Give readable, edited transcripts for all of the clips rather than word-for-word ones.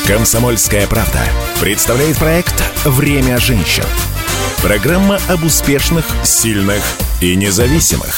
«Комсомольская правда» представляет проект «Время женщин». Программа об успешных, сильных и независимых.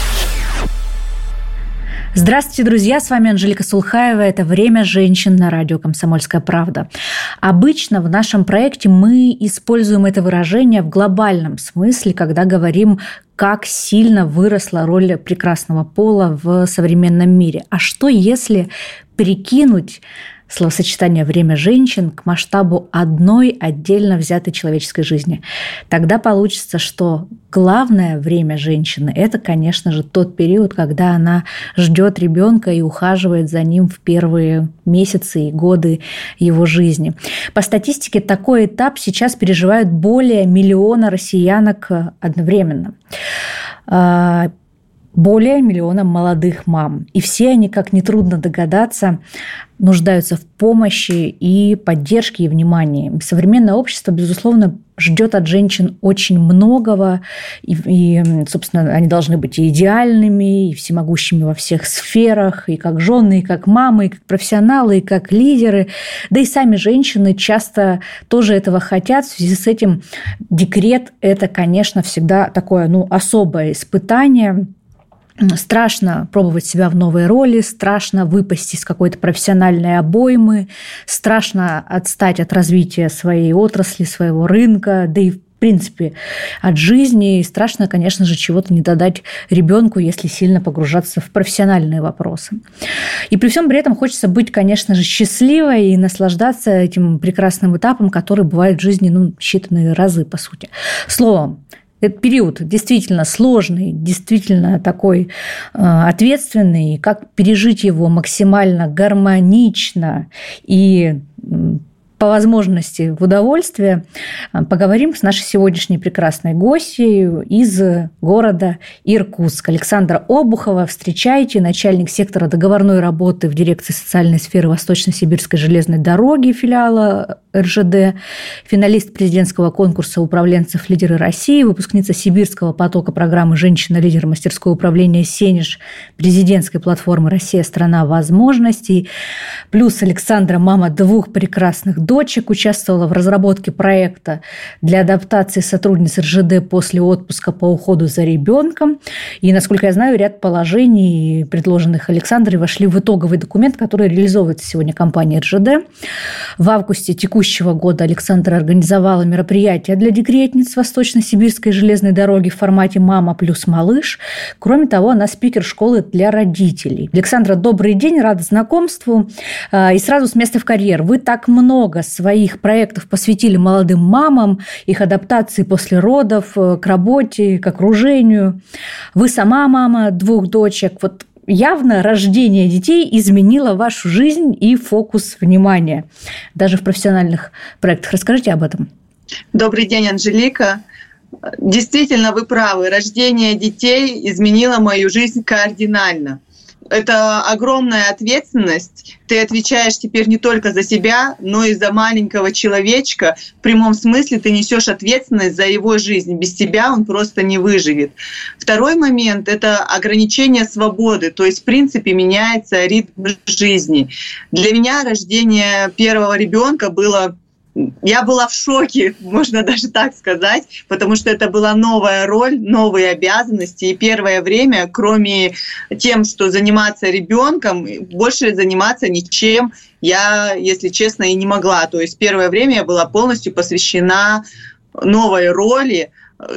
Здравствуйте, друзья! С вами Анжелика Сулхаева. Это «Время женщин» на радио «Комсомольская правда». Обычно в нашем проекте мы используем это выражение в глобальном смысле, когда говорим, как сильно выросла роль прекрасного пола в современном мире. А что, если перекинуть словосочетание «время женщин» к масштабу одной отдельно взятой человеческой жизни? Тогда получится, что главное время женщины – это, конечно же, тот период, когда она ждет ребенка и ухаживает за ним в первые месяцы и годы его жизни. По статистике, такой этап сейчас переживают более 1 миллиона россиянок одновременно. Более 1 миллиона молодых мам. И все они, как нетрудно догадаться, нуждаются в помощи и поддержке и внимании. Современное общество, безусловно, ждет от женщин очень многого. И, собственно, они должны быть и идеальными, и всемогущими во всех сферах, и как жены, и как мамы, и как профессионалы, и как лидеры. Да и сами женщины часто тоже этого хотят. В связи с этим декрет – это, конечно, всегда такое особое испытание. Страшно пробовать себя в новой роли, страшно выпасть из какой-то профессиональной обоймы, страшно отстать от развития своей отрасли, своего рынка, да и в принципе от жизни. И страшно, конечно же, чего-то не додать ребенку, если сильно погружаться в профессиональные вопросы. И при всем при этом хочется быть, конечно же, счастливой и наслаждаться этим прекрасным этапом, который бывает в жизни считанные разы, по сути. Словом, этот период действительно сложный, действительно такой ответственный. Как пережить его максимально гармонично и по возможности в удовольствие, поговорим с нашей сегодняшней прекрасной гостьей из города Иркутск. Александра Обухова. Встречайте, начальник сектора договорной работы в дирекции социальной сферы Восточно-Сибирской железной дороги филиала РЖД, финалист президентского конкурса управленцев «Лидеры России», выпускница Сибирского потока программы «Женщина-лидер» мастерского управления «Сенеж» президентской платформы «Россия – страна возможностей». Плюс Александра – мама 2 прекрасных дочек, участвовала в разработке проекта для адаптации сотрудниц РЖД после отпуска по уходу за ребенком. И, насколько я знаю, ряд положений, предложенных Александрой, вошли в итоговый документ, который реализовывается сегодня компанией РЖД. В августе текущего года Александра организовала мероприятие для декретниц Восточно-Сибирской железной дороги в формате «Мама плюс малыш». Кроме того, она спикер школы для родителей. Александра, добрый день, рада знакомству. И сразу с места в карьер. Вы так много своих проектов посвятили молодым мамам, их адаптации после родов, к работе, к окружению. Вы сама мама 2 дочек. Явно рождение детей изменило вашу жизнь и фокус внимания, даже в профессиональных проектах. Расскажите об этом. Добрый день, Анжелика. Действительно, вы правы. Рождение детей изменило мою жизнь кардинально. Это огромная ответственность. Ты отвечаешь теперь не только за себя, но и за маленького человечка. В прямом смысле ты несешь ответственность за его жизнь. Без тебя он просто не выживет. Второй момент – это ограничение свободы. То есть, в принципе, меняется ритм жизни. Для меня рождение первого ребенка было... Я была в шоке, можно даже так сказать, потому что это была новая роль, новые обязанности. И первое время, кроме тем, что заниматься ребенком, больше заниматься ничем я, если честно, и не могла. То есть первое время я была полностью посвящена новой роли,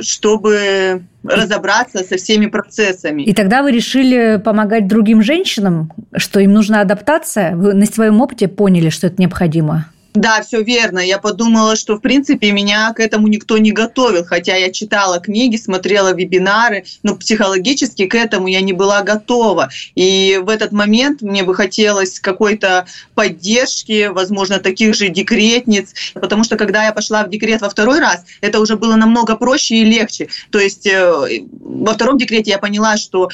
чтобы разобраться со всеми процессами. И тогда вы решили помогать другим женщинам, что им нужна адаптация? Вы на своем опыте поняли, что это необходимо? Да, все верно. Я подумала, что, в принципе, меня к этому никто не готовил. Хотя я читала книги, смотрела вебинары, но психологически к этому я не была готова. И в этот момент мне бы хотелось какой-то поддержки, возможно, таких же декретниц. Потому что, когда я пошла в декрет во 2-й раз, это уже было намного проще и легче. То есть во 2-м декрете я поняла, что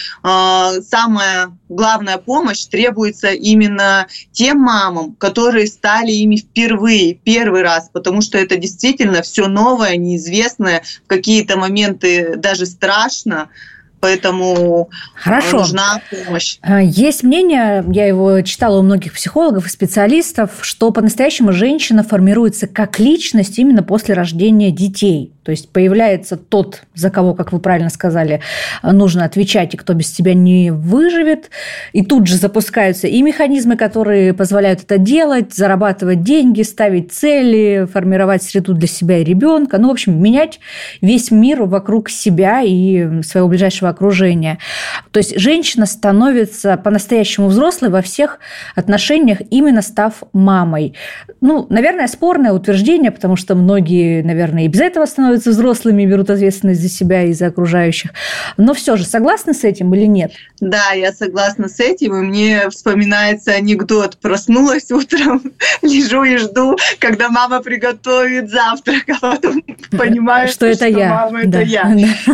самая главная помощь требуется именно тем мамам, которые стали ими впервые, первый раз, потому что это действительно все новое, неизвестное, в какие-то моменты даже страшно. поэтому Хорошо. Нужна помощь. Есть мнение, я его читала у многих психологов и специалистов, что по-настоящему женщина формируется как личность именно после рождения детей. То есть появляется тот, за кого, как вы правильно сказали, нужно отвечать, и кто без тебя не выживет. И тут же запускаются и механизмы, которые позволяют это делать, зарабатывать деньги, ставить цели, формировать среду для себя и ребенка. Ну, в общем, менять весь мир вокруг себя и своего ближайшего окружения. То есть женщина становится по-настоящему взрослой во всех отношениях, именно став мамой. Ну, наверное, спорное утверждение, потому что многие, наверное, и без этого становятся взрослыми и берут ответственность за себя и за окружающих. Но все же, согласны с этим или нет? Да, я согласна с этим, и мне вспоминается анекдот. Проснулась утром, лежу и жду, когда мама приготовит завтрак, а потом понимаю, что мама – это я.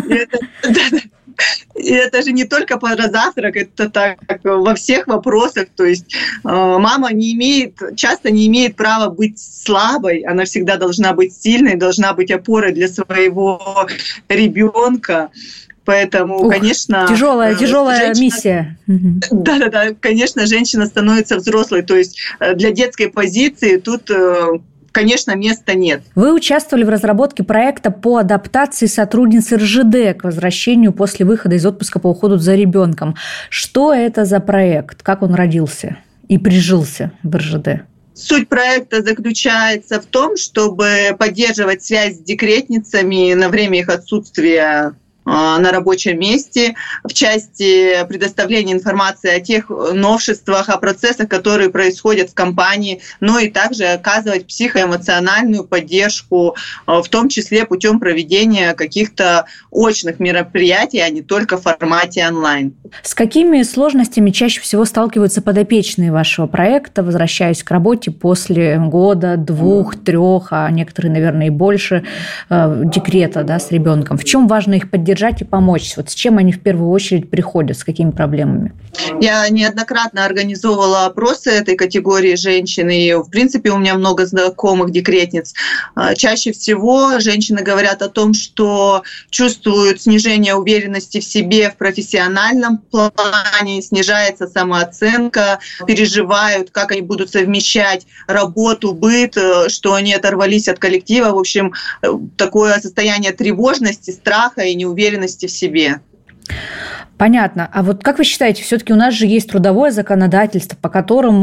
И это же не только про завтрак, это так во всех вопросах. То есть мама часто не имеет права быть слабой, она всегда должна быть сильной, должна быть опорой для своего ребенка. Поэтому, конечно... Тяжелая миссия. Да, конечно, женщина становится взрослой. То есть для детской позиции тут... Конечно, места нет. Вы участвовали в разработке проекта по адаптации сотрудниц РЖД к возвращению после выхода из отпуска по уходу за ребенком. Что это за проект? Как он родился и прижился в РЖД? Суть проекта заключается в том, чтобы поддерживать связь с декретницами на время их отсутствия на рабочем месте, в части предоставления информации о тех новшествах, о процессах, которые происходят в компании, но и также оказывать психоэмоциональную поддержку, в том числе путем проведения каких-то очных мероприятий, а не только в формате онлайн. С какими сложностями чаще всего сталкиваются подопечные вашего проекта, возвращаясь к работе после года, 2-3, а некоторые, наверное, и больше декрета, да, с ребенком? В чем важно их поддержать и помочь? Вот с чем они в первую очередь приходят, с какими проблемами? Я неоднократно организовывала опросы этой категории женщин, и, в принципе, у меня много знакомых декретниц. Чаще всего женщины говорят о том, что чувствуют снижение уверенности в себе в профессиональном плане, снижается самооценка, переживают, как они будут совмещать работу, быт, что они оторвались от коллектива. В общем, такое состояние тревожности, страха и неуверенности в себе. Понятно. А вот как вы считаете, все-таки у нас же есть трудовое законодательство, по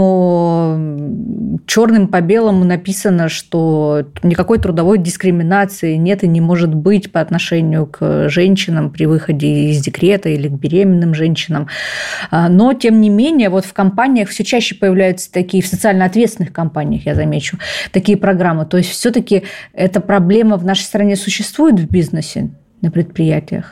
которому черным по белому написано, что никакой трудовой дискриминации нет и не может быть по отношению к женщинам при выходе из декрета или к беременным женщинам. Но, тем не менее, вот в компаниях все чаще появляются такие, в социально ответственных компаниях, я замечу, такие программы. То есть все-таки эта проблема в нашей стране существует в бизнесе, на предприятиях?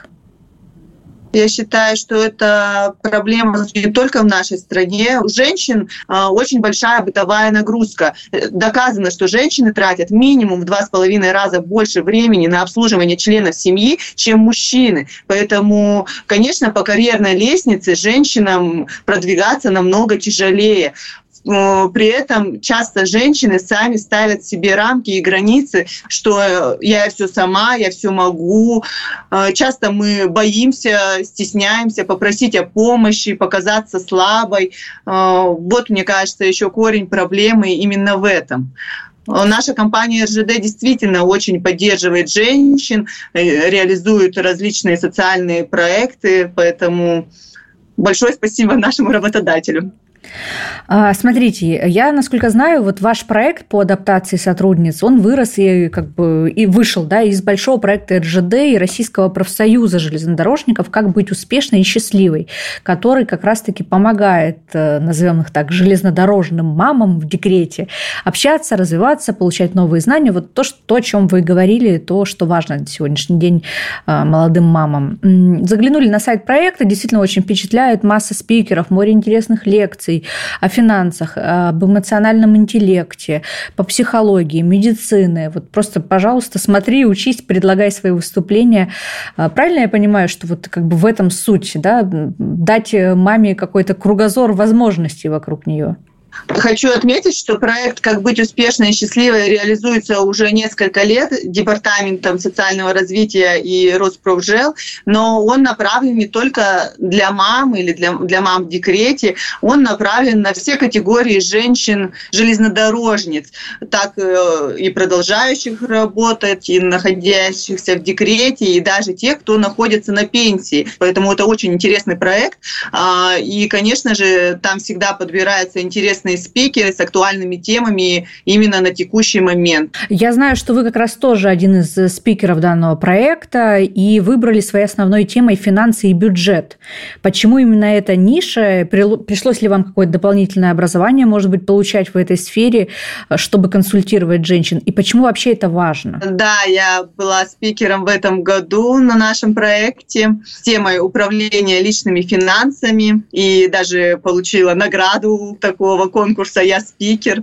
Я считаю, что это проблема не только в нашей стране. У женщин очень большая бытовая нагрузка. Доказано, что женщины тратят минимум в 2,5 раза больше времени на обслуживание членов семьи, чем мужчины. Поэтому, конечно, по карьерной лестнице женщинам продвигаться намного тяжелее. При этом часто женщины сами ставят себе рамки и границы, что я все сама, я все могу. Часто мы боимся, стесняемся попросить о помощи, показаться слабой. Вот, мне кажется, еще корень проблемы именно в этом. Наша компания РЖД действительно очень поддерживает женщин, реализует различные социальные проекты, поэтому большое спасибо нашему работодателю. Смотрите, я, насколько знаю, вот ваш проект по адаптации сотрудниц, он вырос и вышел, да, из большого проекта РЖД и Российского профсоюза железнодорожников «Как быть успешной и счастливой», который как раз-таки помогает, назовем их так, железнодорожным мамам в декрете общаться, развиваться, получать новые знания. Вот то, о чем вы говорили, то, что важно на сегодняшний день молодым мамам. Заглянули на сайт проекта, действительно очень впечатляет, масса спикеров, море интересных лекций о финансах, об эмоциональном интеллекте, по психологии, медицине. Вот просто, пожалуйста, смотри, учись, предлагай свои выступления. Правильно я понимаю, что вот как бы в этом суть, да, дать маме какой-то кругозор возможностей вокруг нее? Хочу отметить, что проект «Как быть успешной и счастливой» реализуется уже несколько лет Департаментом социального развития и Роспрофжел, но он направлен не только для мам или для мам в декрете, он направлен на все категории женщин-железнодорожниц, так и продолжающих работать, и находящихся в декрете, и даже тех, кто находится на пенсии. Поэтому это очень интересный проект. И, конечно же, там всегда подбираются интересные спикеры с актуальными темами именно на текущий момент. Я знаю, что вы как раз тоже один из спикеров данного проекта и выбрали своей основной темой финансы и бюджет. Почему именно эта ниша? Пришлось ли вам какое-то дополнительное образование, может быть, получать в этой сфере, чтобы консультировать женщин? И почему вообще это важно? Да, я была спикером в этом году на нашем проекте с темой управления личными финансами и даже получила награду такого конкурса «Я спикер».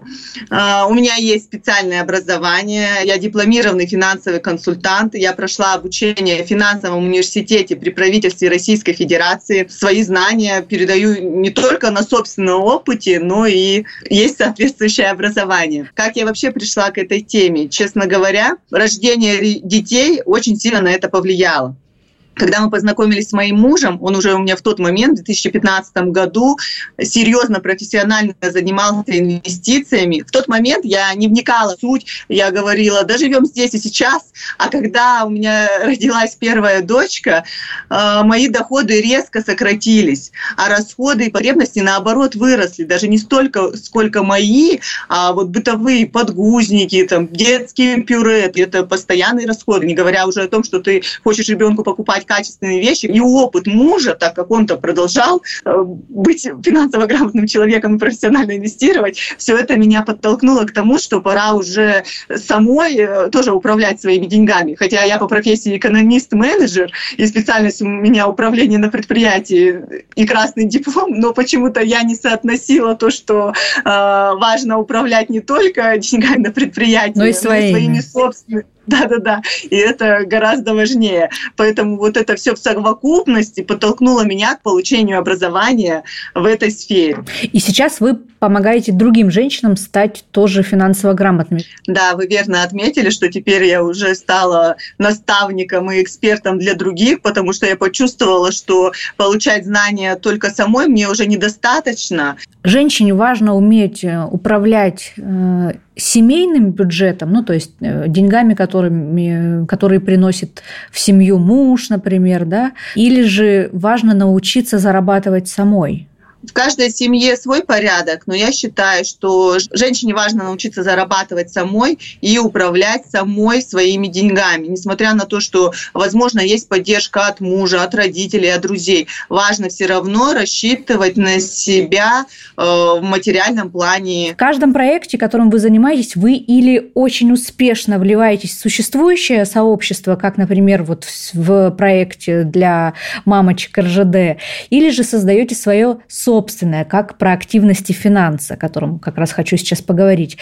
У меня есть специальное образование, я дипломированный финансовый консультант, я прошла обучение в финансовом университете при правительстве Российской Федерации. Свои знания передаю не только на собственном опыте, но и есть соответствующее образование. Как я вообще пришла к этой теме? Честно говоря, рождение детей очень сильно на это повлияло. Когда мы познакомились с моим мужем, он уже у меня в тот момент, в 2015 году, серьезно, профессионально занимался инвестициями. В тот момент я не вникала в суть, я говорила, да живем здесь и сейчас. А когда у меня родилась первая дочка, мои доходы резко сократились, а расходы и потребности, наоборот, выросли. Даже не столько, сколько мои, а вот бытовые подгузники, там, детские пюре, это постоянные расходы, не говоря уже о том, что ты хочешь ребенку покупать качественные вещи. И опыт мужа, так как он-то продолжал быть финансово грамотным человеком и профессионально инвестировать, все это меня подтолкнуло к тому, что пора уже самой тоже управлять своими деньгами. Хотя я по профессии экономист-менеджер, и специальность у меня управление на предприятии и красный диплом, но почему-то я не соотносила то, что важно управлять не только деньгами на предприятии, но и своими собственными. Да. И это гораздо важнее. Поэтому вот это все в совокупности подтолкнуло меня к получению образования в этой сфере. И сейчас вы помогаете другим женщинам стать тоже финансово грамотными. Да, вы верно отметили, что теперь я уже стала наставником и экспертом для других, потому что я почувствовала, что получать знания только самой мне уже недостаточно. Женщине важно уметь управлять семейным бюджетом, ну, то есть деньгами, которые приносит в семью муж, например, да, или же важно научиться зарабатывать самой? В каждой семье свой порядок, но я считаю, что женщине важно научиться зарабатывать самой и управлять самой своими деньгами. Несмотря на то, что, возможно, есть поддержка от мужа, от родителей, от друзей, важно все равно рассчитывать на себя в материальном плане. В каждом проекте, которым вы занимаетесь, вы или очень успешно вливаетесь в существующее сообщество, как, например, вот в проекте для мамочек РЖД, или же создаете свое собственное, как про активности финансы, о котором как раз хочу сейчас поговорить.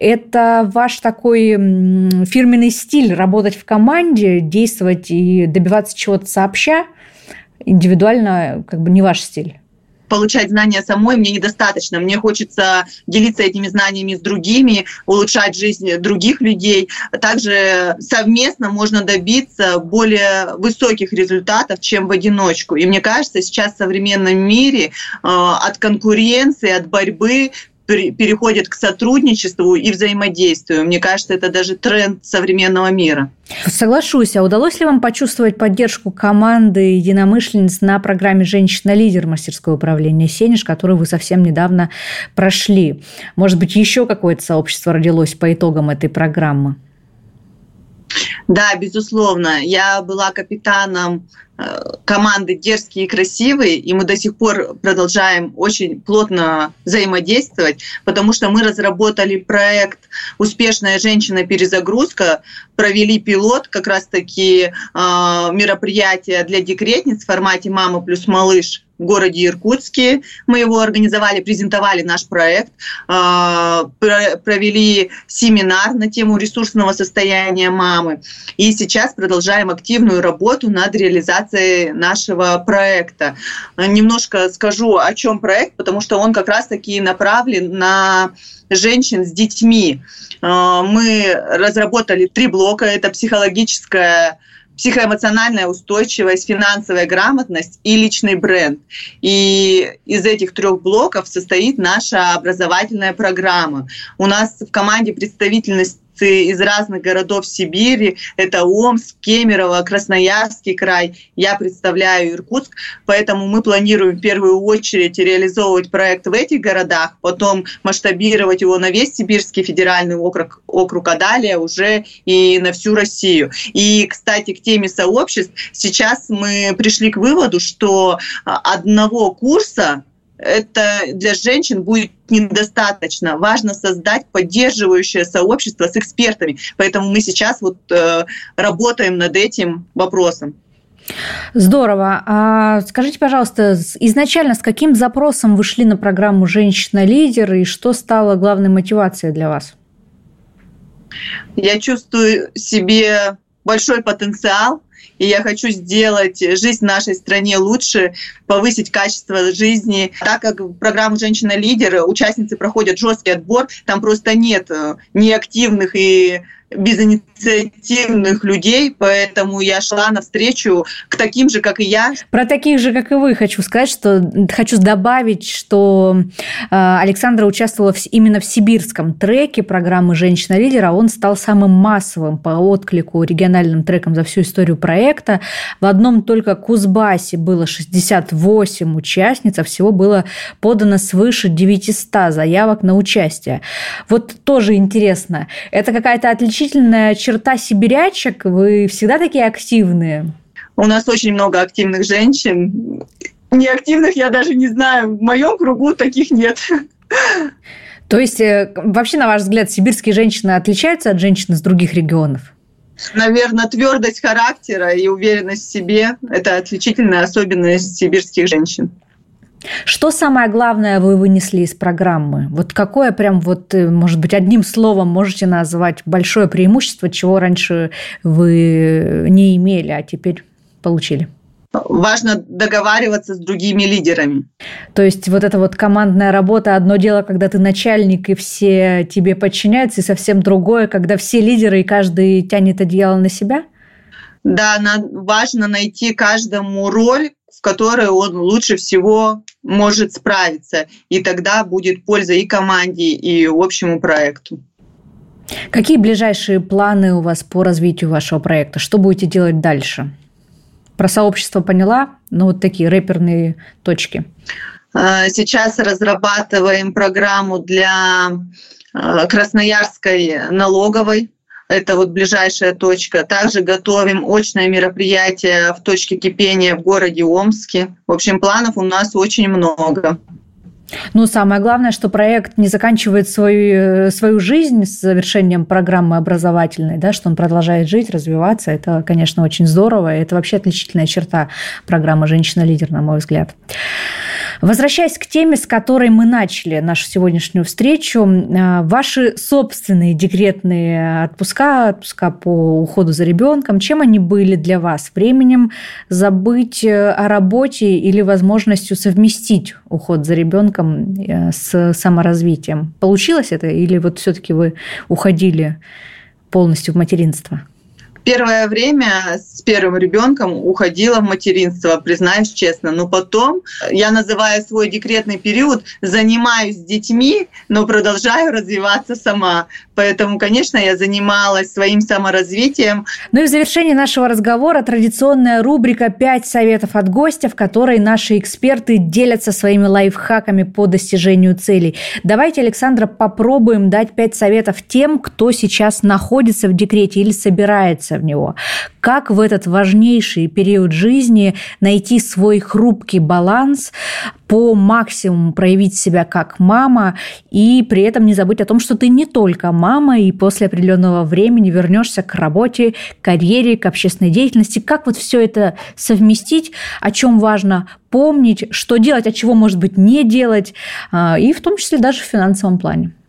Это ваш такой фирменный стиль работать в команде, действовать и добиваться чего-то сообща, индивидуально как бы не ваш стиль? Получать знания самой мне недостаточно. Мне хочется делиться этими знаниями с другими, улучшать жизнь других людей. Также совместно можно добиться более высоких результатов, чем в одиночку. И мне кажется, сейчас в современном мире от конкуренции, от борьбы переходит к сотрудничеству и взаимодействию. Мне кажется, это даже тренд современного мира. Соглашусь. А удалось ли вам почувствовать поддержку команды единомышленниц на программе «Женщина-лидер. Мастерское управление Сенеж», которую вы совсем недавно прошли? Может быть, еще какое-то сообщество родилось по итогам этой программы? Да, безусловно. Я была капитаном команды «Дерзкие и красивые», и мы до сих пор продолжаем очень плотно взаимодействовать, потому что мы разработали проект «Успешная женщина-перезагрузка», провели пилот, как раз-таки мероприятие для декретниц в формате «Мама плюс малыш» в городе Иркутске. Мы его организовали, презентовали наш проект, провели семинар на тему ресурсного состояния мамы. И сейчас продолжаем активную работу над реализацией реализацией нашего проекта. Немножко скажу, о чем проект, потому что он как раз-таки направлен на женщин с детьми. Мы разработали 3 блока. Это психоэмоциональная устойчивость, финансовая грамотность и личный бренд. И из этих 3 блоков состоит наша образовательная программа. У нас в команде представительность из разных городов Сибири. Это Омск, Кемерово, Красноярский край. Я представляю Иркутск. Поэтому мы планируем в первую очередь реализовывать проект в этих городах, потом масштабировать его на весь Сибирский федеральный округ, а далее уже и на всю Россию. И, кстати, к теме сообществ. Сейчас мы пришли к выводу, что одного курса это для женщин будет недостаточно. Важно создать поддерживающее сообщество с экспертами. Поэтому мы сейчас работаем над этим вопросом. Здорово. А скажите, пожалуйста, изначально с каким запросом вы шли на программу «Женщина-лидер» и что стало главной мотивацией для вас? Я чувствую в себе большой потенциал, и я хочу сделать жизнь в нашей стране лучше, повысить качество жизни. Так как в программу «Женщина-лидер» участницы проходят жесткий отбор, там просто нет неактивных и безинициативных людей, поэтому я шла навстречу к таким же, как и я. Про таких же, как и вы, хочу добавить, что Александра участвовала именно в сибирском треке программы «Женщина-лидер», а он стал самым массовым по отклику региональным треком за всю историю проекта. В одном только Кузбассе было 68 участниц, а всего было подано свыше 900 заявок на участие. Вот тоже интересно. Это какая-то отличительная черта сибирячек? Вы всегда такие активные? У нас очень много активных женщин. Неактивных я даже не знаю. В моем кругу таких нет. То есть, вообще, на ваш взгляд, сибирские женщины отличаются от женщин из других регионов? Наверное, твердость характера и уверенность в себе – это отличительная особенность сибирских женщин. Что самое главное вы вынесли из программы? Вот какое может быть, одним словом можете назвать большое преимущество, чего раньше вы не имели, а теперь получили? Важно договариваться с другими лидерами. То есть вот эта вот командная работа, одно дело, когда ты начальник и все тебе подчиняются, и совсем другое, когда все лидеры и каждый тянет одеяло на себя? Да, важно найти каждому роль, в которой он лучше всего может справиться. И тогда будет польза и команде, и общему проекту. Какие ближайшие планы у вас по развитию вашего проекта? Что будете делать дальше? Про сообщество поняла, но вот такие рэперные точки. Сейчас разрабатываем программу для Красноярской налоговой. Это вот ближайшая точка. Также готовим очное мероприятие в точке кипения в городе Омске. В общем, планов у нас очень много. Ну, самое главное, что проект не заканчивает свою жизнь с завершением программы образовательной, да, что он продолжает жить, развиваться. Это, конечно, очень здорово. Это вообще отличительная черта программы «Женщина-лидер», на мой взгляд. Возвращаясь к теме, с которой мы начали нашу сегодняшнюю встречу, ваши собственные декретные отпуска по уходу за ребенком, чем они были для вас? Временем забыть о работе или возможностью совместить уход за ребенком с саморазвитием? Получилось это или вот все-таки вы уходили полностью в материнство? Первое время с первым ребенком уходила в материнство, признаюсь честно. Но потом, я называю свой декретный период, занимаюсь детьми, но продолжаю развиваться сама. Поэтому, конечно, я занималась своим саморазвитием. Ну и в завершении нашего разговора традиционная рубрика «5 советов от гостя», в которой наши эксперты делятся своими лайфхаками по достижению целей. Давайте, Александра, попробуем дать 5 советов тем, кто сейчас находится в декрете или собирается в него. Как в этот важнейший период жизни найти свой хрупкий баланс, по максимуму проявить себя как мама и при этом не забыть о том, что ты не только мама, и после определенного времени вернешься к работе, к карьере, к общественной деятельности. Как вот все это совместить, о чем важно помнить, что делать, а чего, может быть, не делать, и в том числе даже в финансовом плане.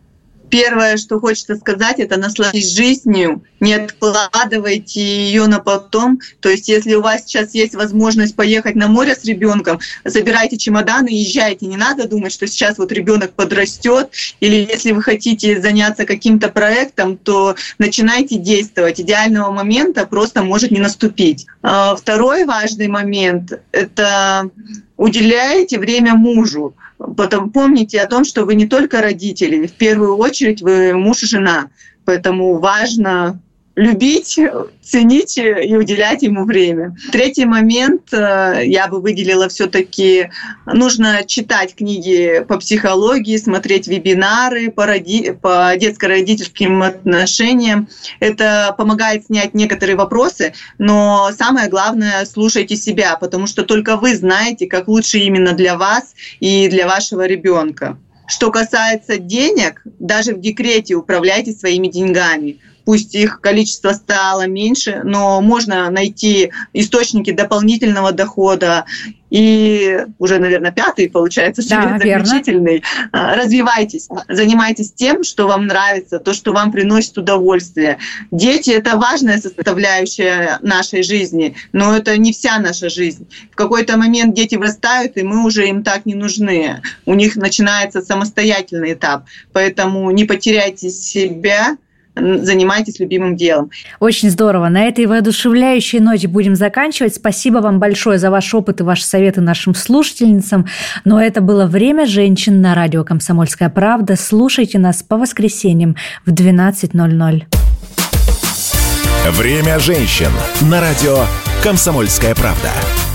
Первое, что хочется сказать, это насладитесь жизнью, не откладывайте ее на потом. То есть, если у вас сейчас есть возможность поехать на море с ребенком, забирайте чемоданы и езжайте. Не надо думать, что сейчас вот ребенок подрастет, или если вы хотите заняться каким-то проектом, то начинайте действовать. Идеального момента просто может не наступить. Второй важный момент — это уделяйте время мужу. Потом помните о том, что вы не только родители, в первую очередь вы муж и жена. Поэтому важно любить, ценить и уделять ему время. Третий момент я бы выделила все-таки: нужно читать книги по психологии, смотреть вебинары по детско-родительским отношениям. Это помогает снять некоторые вопросы, но самое главное — слушайте себя, потому что только вы знаете, как лучше именно для вас и для вашего ребенка. Что касается денег, даже в декрете управляйте своими деньгами. Пусть их количество стало меньше, но можно найти источники дополнительного дохода. И уже, наверное, пятый, получается, совет заключительный. Развивайтесь, занимайтесь тем, что вам нравится, то, что вам приносит удовольствие. Дети — это важная составляющая нашей жизни, но это не вся наша жизнь. В какой-то момент дети вырастают, и мы уже им так не нужны. У них начинается самостоятельный этап. Поэтому не потеряйте себя, занимайтесь любимым делом. Очень здорово. На этой воодушевляющей ноте будем заканчивать. Спасибо вам большое за ваш опыт и ваши советы нашим слушательницам. Но это было «Время женщин» на радио «Комсомольская правда». Слушайте нас по воскресеньям в 12:00. «Время женщин» на радио «Комсомольская правда».